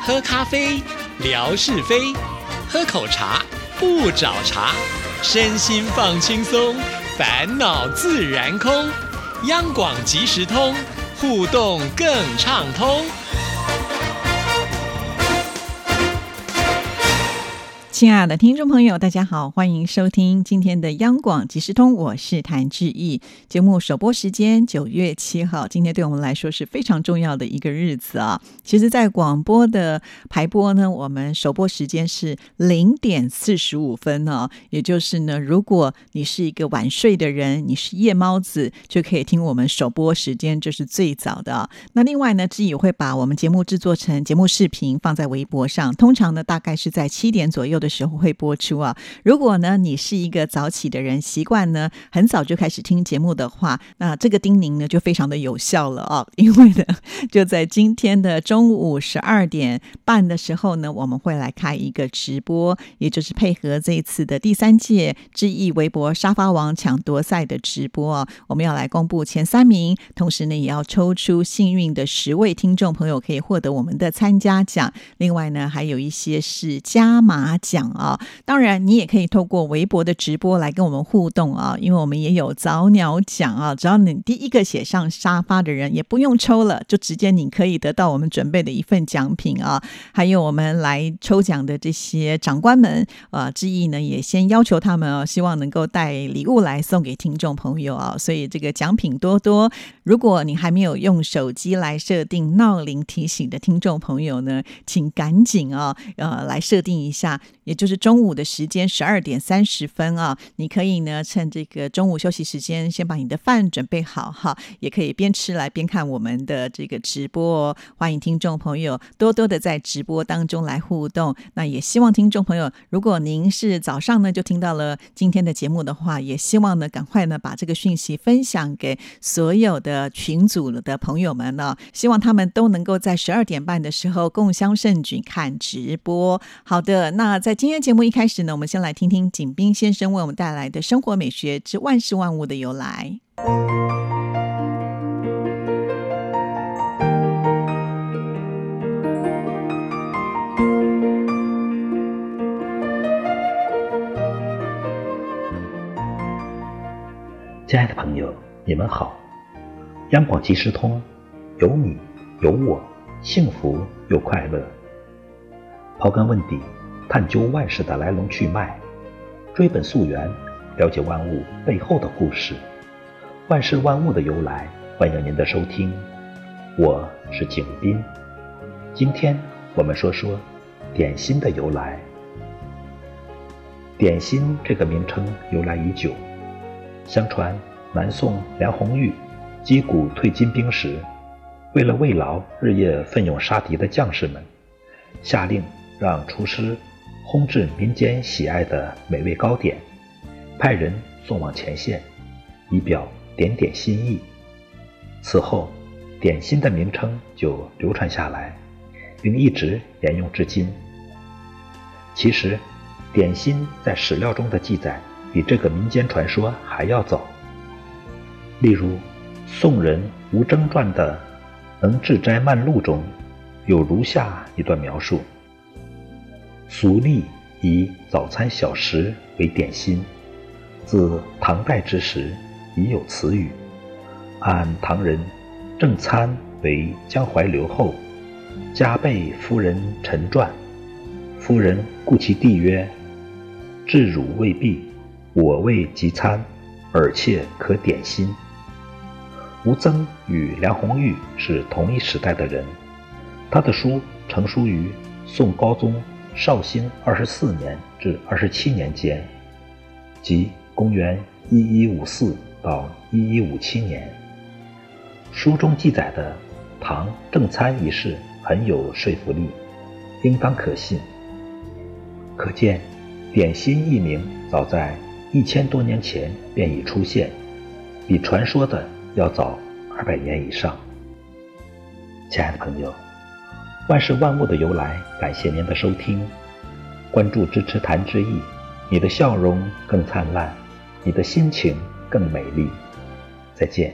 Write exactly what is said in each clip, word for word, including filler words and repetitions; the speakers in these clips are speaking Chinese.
喝咖啡，聊是非；喝口茶，不找茬。身心放轻松，烦恼自然空。央广即时通，互动更畅通。 亲爱的听众朋友，大家好，欢迎收听今天的央广即时通，我是谭志毅。节目首播时间九月七号，今天对我们来说是非常重要的一个日子啊。其实在广播的排播呢，我们首播时间是零点四十五分啊，也就是呢，如果你是一个晚睡的人，你是夜猫子，就可以听我们首播时间，这是最早的啊。那另外呢，志毅会把我们节目制作成节目视频放在微博上，通常呢大概是在七点左右的时候会播出啊。如果呢你是一个早起的人，习惯呢很早就开始听节目的话，那这个叮咛呢就非常的有效了啊。因为呢就在今天的中午十二点半的时候呢，我们会来开一个直播，也就是配合这一次的第三届志毅微博沙发王抢夺赛的直播啊。我们要来公布前三名，同时呢也要抽出幸运的十位听众朋友可以获得我们的参加奖，另外呢还有一些是加码奖啊。当然你也可以透过微博的直播来跟我们互动啊，因为我们也有早鸟奖啊，只要你第一个写上沙发的人也不用抽了，就直接你可以得到我们准备的一份奖品啊。还有我们来抽奖的这些长官们啊，志毅呢也先要求他们啊，希望能够带礼物来送给听众朋友啊，所以这个奖品多多。如果你还没有用手机来设定闹铃提醒的听众朋友呢，请赶紧啊呃来设定一下，也就是中午的时间十二点三十分啊，你可以呢趁这个中午休息时间先把你的饭准备好哈，也可以边吃来边看我们的这个直播哦。欢迎听众朋友多多的在直播当中来互动。那也希望听众朋友，如果您是早上呢就听到了今天的节目的话，也希望呢赶快呢把这个讯息分享给所有的群组的朋友们呢，希望他们都能够在十二点半的时候共襄盛举看直播。好的，那在今天节目一开始呢，我们先来听听景斌先生为我们带来的生活美学之万事万物的由来。 亲爱的朋友，你们好。央广即时通，有你有我，幸福又快乐。刨根问底，探究万事的来龙去脉，追本溯源，了解万物背后的故事，万事万物的由来。欢迎您的收听，我是景斌。今天我们说说点心的由来。点心这个名称由来已久，相传南宋梁红玉击鼓退金兵时，为了慰劳日夜奋勇杀敌的将士们，下令让厨师烘制民间喜爱的美味糕点，派人送往前线，以表点点心意。此后点心的名称就流传下来，并一直沿用至今。其实点心在史料中的记载比这个民间传说还要早。例如宋人吴征传的《能治斋漫录》中有如下一段描述：俗历以早餐小食为点心，自唐代之时已有此语。按唐人正餐为江淮留后，加备夫人陈传，夫人顾其弟曰：至汝未毕，我为及餐，尔妾可点心。吴曾与梁红玉是同一时代的人，他的书成书于宋高宗绍兴二十四年至二十七年间，即公元一一五四到一一五七年。书中记载的唐正餐一事很有说服力，应当可信。可见点心一名早在一千多年前便已出现，比传说的要早二百年以上。亲爱的朋友，万事万物的由来，感谢您的收听，关注支持谭志毅，你的笑容更灿烂，你的心情更美丽。再见。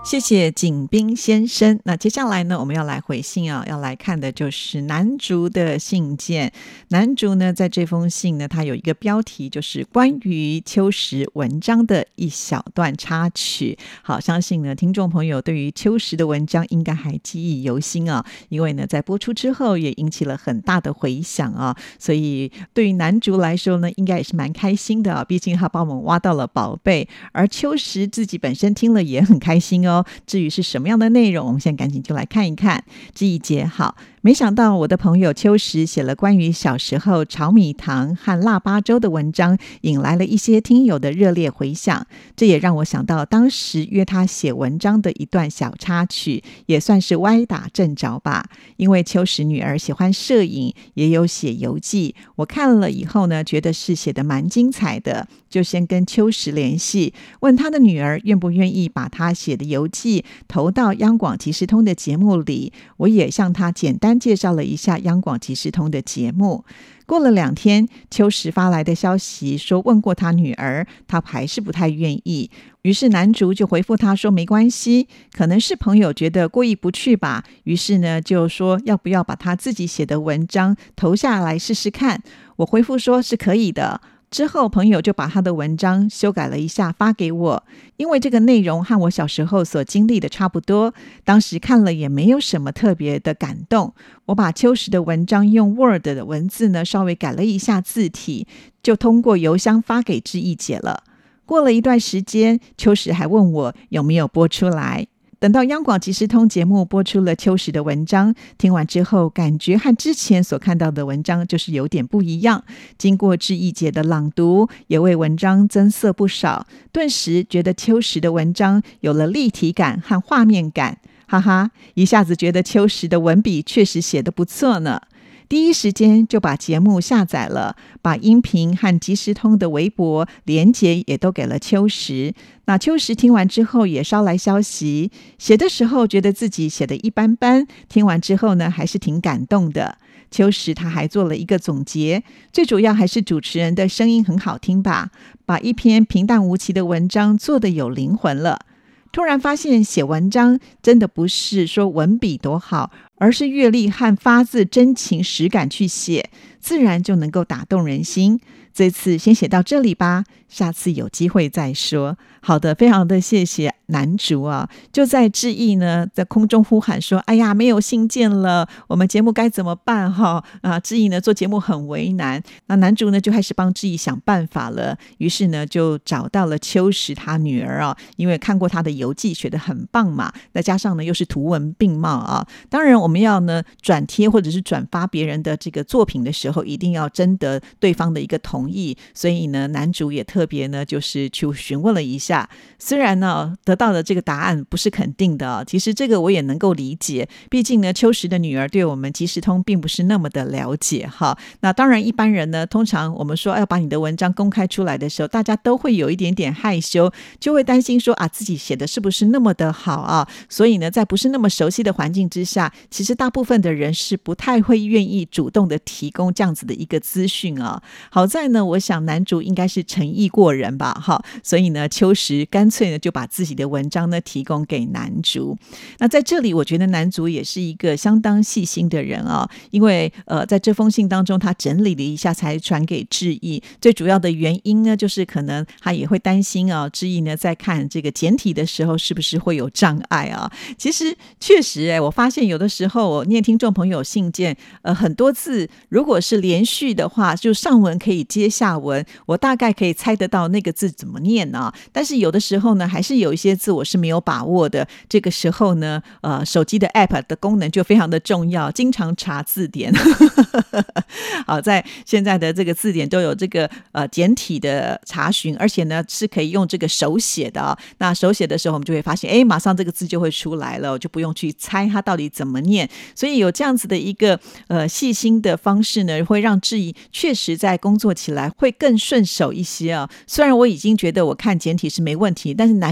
谢谢景斌先生。那接下来呢，我们要来回信啊，要来看的就是南竹的信件。南竹呢，在这封信呢，它有一个标题，就是关于秋实文章的一小段插曲。好，相信呢，听众朋友对于秋实的文章应该还记忆犹新啊，因为呢，在播出之后也引起了很大的回响啊，所以对于南竹来说呢，应该也是蛮开心的啊，毕竟他帮我们挖到了宝贝，而秋实自己本身听了也很开心哦。至于是什么样的内容，我们现在赶紧就来看一看。这一节好，没想到我的朋友秋实写了关于小时候炒米糖和腊八粥的文章，引来了一些听友的热烈回响。这也让我想到当时约他写文章的一段小插曲，也算是歪打正着吧。因为秋实女儿喜欢摄影，也有写游记，我看了以后呢，觉得是写得蛮精彩的，就先跟秋实联系，问他的女儿愿不愿意把他写的游记投到央广即时通的节目里。我也向他简单介绍了一下央广即时通的节目。过了两天，秋实发来的消息说问过他女儿，他还是不太愿意。于是南竹就回复他说没关系，可能是朋友觉得过意不去吧，于是呢就说要不要把他自己写的文章投下来试试看。我回复说是可以的。之后朋友就把他的文章修改了一下发给我，因为这个内容和我小时候所经历的差不多，当时看了也没有什么特别的感动。我把秋实的文章用 Word 的文字呢稍微改了一下字体，就通过邮箱发给志毅姐了。过了一段时间，秋实还问我有没有播出来。等到央广即时通节目播出了秋实的文章，听完之后感觉和之前所看到的文章就是有点不一样。经过志毅姐的朗读，也为文章增色不少，顿时觉得秋实的文章有了立体感和画面感，哈哈，一下子觉得秋实的文笔确实写得不错呢。第一时间就把节目下载了，把音频和即时通的微博连结也都给了秋实。那秋实听完之后也捎来消息，写的时候觉得自己写的一般般，听完之后呢还是挺感动的。秋实他还做了一个总结，最主要还是主持人的声音很好听吧，把一篇平淡无奇的文章做得有灵魂了。突然发现写文章真的不是说文笔多好，而是阅历和发自真情实感去写，自然就能够打动人心。这次先写到这里吧，下次有机会再说。好的，非常的谢谢南竹啊，就在志毅呢在空中呼喊说哎呀没有信件了，我们节目该怎么办哈？啊，志毅呢做节目很为难，那南竹呢就开始帮志毅想办法了，于是呢就找到了秋实他女儿啊，因为看过他的游记学得很棒嘛，再加上呢又是图文并茂啊，当然我们要呢转贴或者是转发别人的这个作品的时候，一定要征得对方的一个同意，所以呢南竹也特别呢就是去询问了一下，虽然呢得到的这个答案不是肯定的，其实这个我也能够理解，毕竟呢秋实的女儿对我们即时通并不是那么的了解哈。那当然一般人呢，通常我们说要把你的文章公开出来的时候，大家都会有一点点害羞，就会担心说啊自己写的是不是那么的好啊，所以呢在不是那么熟悉的环境之下，其实大部分的人是不太会愿意主动的提供这样子的一个资讯啊。好在呢我想南竹应该是诚意过人吧哈，所以呢秋实干脆呢就把自己的文章呢提供给南竹。那在这里我觉得南竹也是一个相当细心的人啊，因为呃在这封信当中他整理了一下才传给志毅，最主要的原因呢就是可能他也会担心啊志毅呢在看这个简体的时候是不是会有障碍啊。其实确实哎，我发现有的时候我念听众朋友信件呃很多字如果是连续的话，就上文可以接下文，我大概可以猜得到那个字怎么念啊，但是有的时候呢还是有一些字我是没有把握的，这个时候呢呃手机的 app 的功能就非常的重要，经常查字典好在现在的这个字典都有这个呃简体的查询，而且呢是可以用这个手写的、哦、那手写的时候我们就会发现哎，马上这个字就会出来了，就不用去猜它到底怎么念，所以有这样子的一个呃细心的方式呢，会让志毅确实在工作起来会更顺手一些啊。虽然我已经觉得我看简体是没问题，但是难免还是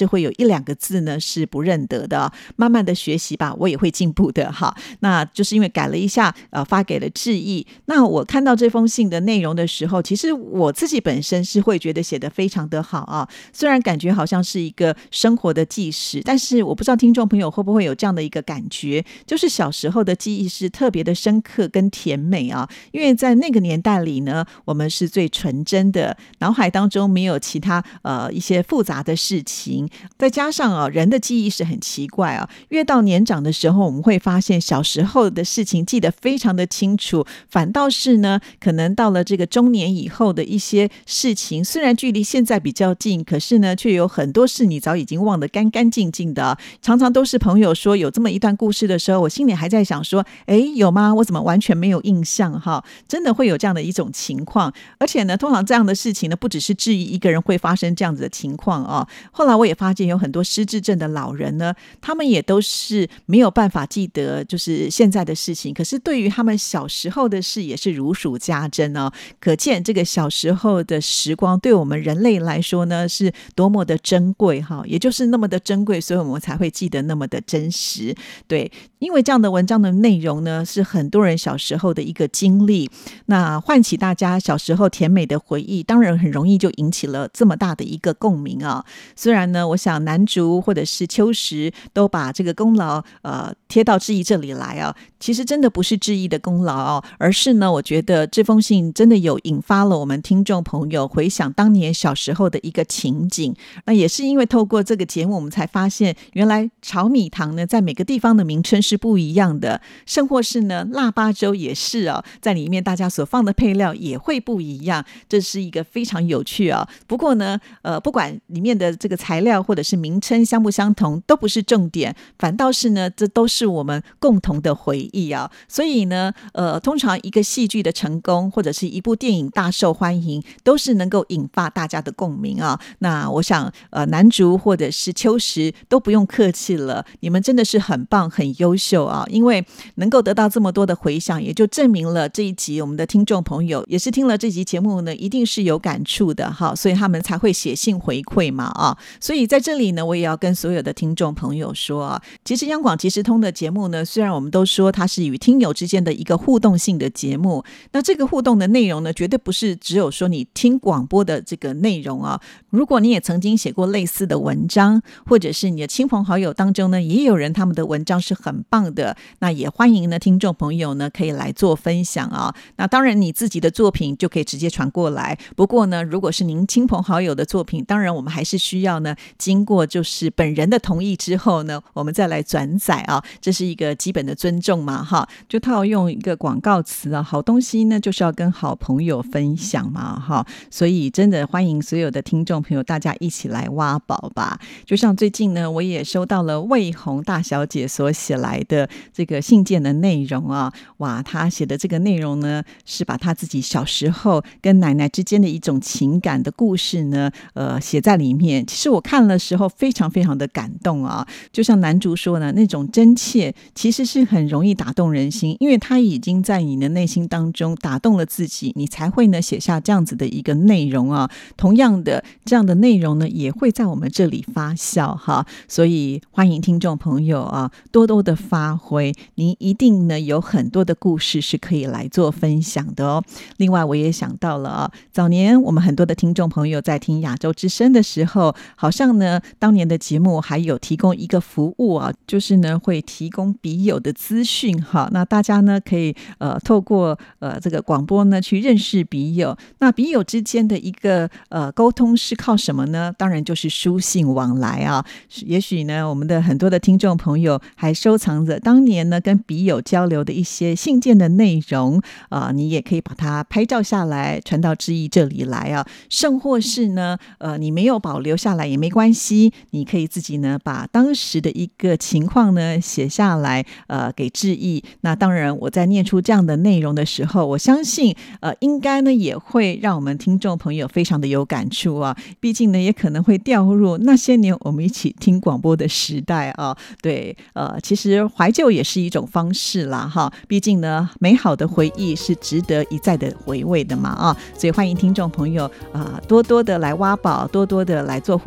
是会有一两个字呢是不认得的，慢慢的学习吧，我也会进步的哈。那就是因为改了一下呃，发给了致意。那我看到这封信的内容的时候，其实我自己本身是会觉得写得非常的好啊，虽然感觉好像是一个生活的纪实，但是我不知道听众朋友会不会有这样的一个感觉，就是小时候的记忆是特别的深刻跟甜美啊，因为在那个年代里呢，我们是最纯真的，脑海当中没有其他呃一些复杂的事情，再加上啊人的记忆是很奇怪啊，越到年长的时候，我们会发现小时候的事情记得非常的清楚，反倒是呢可能到了这个中年以后的一些事情，虽然距离现在比较近，可是呢却有很多事你早已经忘得干干净净的，常常都是朋友说有这么一段故事的时候，我心里还在想说诶有吗？我怎么完全没有印象哈？真的会有这样的一种情况，而且呢通常这样的事情呢不只是致意一个人会发生这样子的情况啊。后来我也发现有很多失智症的老人呢，他们也都是没有办法记得就是现在的事情，可是对于他们小时候的事也是如数家珍哦。可见这个小时候的时光对我们人类来说呢是多么的珍贵哈，也就是那么的珍贵，所以我们才会记得那么的真实。对，因为这样的文章的内容呢是很多人小时候的一个经历，那唤起大家小时候甜美的回忆，当然很容易就引起了这么大的一个共鸣啊。虽然呢我想南竹或者是秋实都把这个功劳呃贴到致意这里来啊，其实真的不是致意的功劳哦，而是呢我觉得这封信真的有引发了我们听众朋友回想当年小时候的一个情景。那也是因为透过这个节目我们才发现原来炒米糖呢在每个地方的名称是不一样的，甚或是呢腊八粥也是哦，在里面大家所放的配料也会不一样，这是一个非常有趣啊、哦。不过呢呃，不管里面的这个材料或者是名称相不相同都不是重点，反倒是呢这都是我们共同的回忆啊。所以呢呃，通常一个戏剧的成功或者是一部电影大受欢迎都是能够引发大家的共鸣啊。那我想呃，南竹或者是秋实都不用客气了，你们真的是很棒很优秀啊，因为能够得到这么多的回响，也就证明了这一集我们的听众朋友也是听了这集节目呢一定是有感触的哈，所以他们才会写信回馈嘛啊。所以在这里呢我也要跟所有的听众朋友说啊，其实央广即时通的节目呢，虽然我们都说它是与听友之间的一个互动性的节目，那这个互动的内容呢绝对不是只有说你听广播的这个内容啊。如果你也曾经写过类似的文章，或者是你的亲朋好友当中呢也有人他们的文章是很棒的，那也欢迎呢听众朋友呢可以来做分享啊。那当然你自己的作品就可以直接传过来，不过呢如果是您亲朋好友的作品，当然我们还是需要呢经过就是本人的同意之后呢我们再来转载啊，这是一个基本的尊重嘛哈。就套用一个广告词啊，好东西呢就是要跟好朋友分享嘛哈。所以真的欢迎所有的听众朋友大家一起来挖宝吧。就像最近呢我也收到了魏红大小姐所写来的这个信件的内容啊，哇，她写的这个内容呢是把她自己小时候跟奶奶之间的一种情感的故事呢呃写在里面。其实我看了时候非常非常的感动啊，就像南竹说呢，那种真切其实是很容易打动人心，因为它已经在你的内心当中打动了自己，你才会呢写下这样子的一个内容啊。同样的这样的内容呢也会在我们这里发酵哈，所以欢迎听众朋友啊多多的发挥，您一定呢有很多的故事是可以来做分享的哦。另外我也想到了啊，早年我们很多的听众朋友在听亚洲之声的时候，好像呢当年的节目还有提供一个服务啊，就是呢会提供笔友的资讯哈。那大家呢可以呃透过呃这个广播呢去认识笔友，那笔友之间的一个呃沟通是靠什么呢？当然就是书信往来啊。也许呢我们的很多的听众朋友还收藏着当年呢跟笔友交流的一些信件的内容啊、呃，你也可以把它拍照下来传到致意这里来啊。甚或是呢呃你没有保留下来也没关系，你可以自己呢把当时的一个情况呢写下来呃给致意。那当然我在念出这样的内容的时候，我相信呃应该呢也会让我们听众朋友非常的有感触啊，毕竟呢也可能会掉入那些年我们一起听广播的时代啊。对呃其实怀旧也是一种方式啦哈，毕竟呢美好的回忆是值得一再的回味的嘛啊。所以欢迎听众朋友啊、呃、多多的来挖宝，多多的来做互动咯。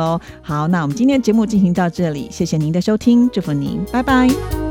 喽。好，那我们今天的节目进行到这里，谢谢您的收听，祝福您，拜拜。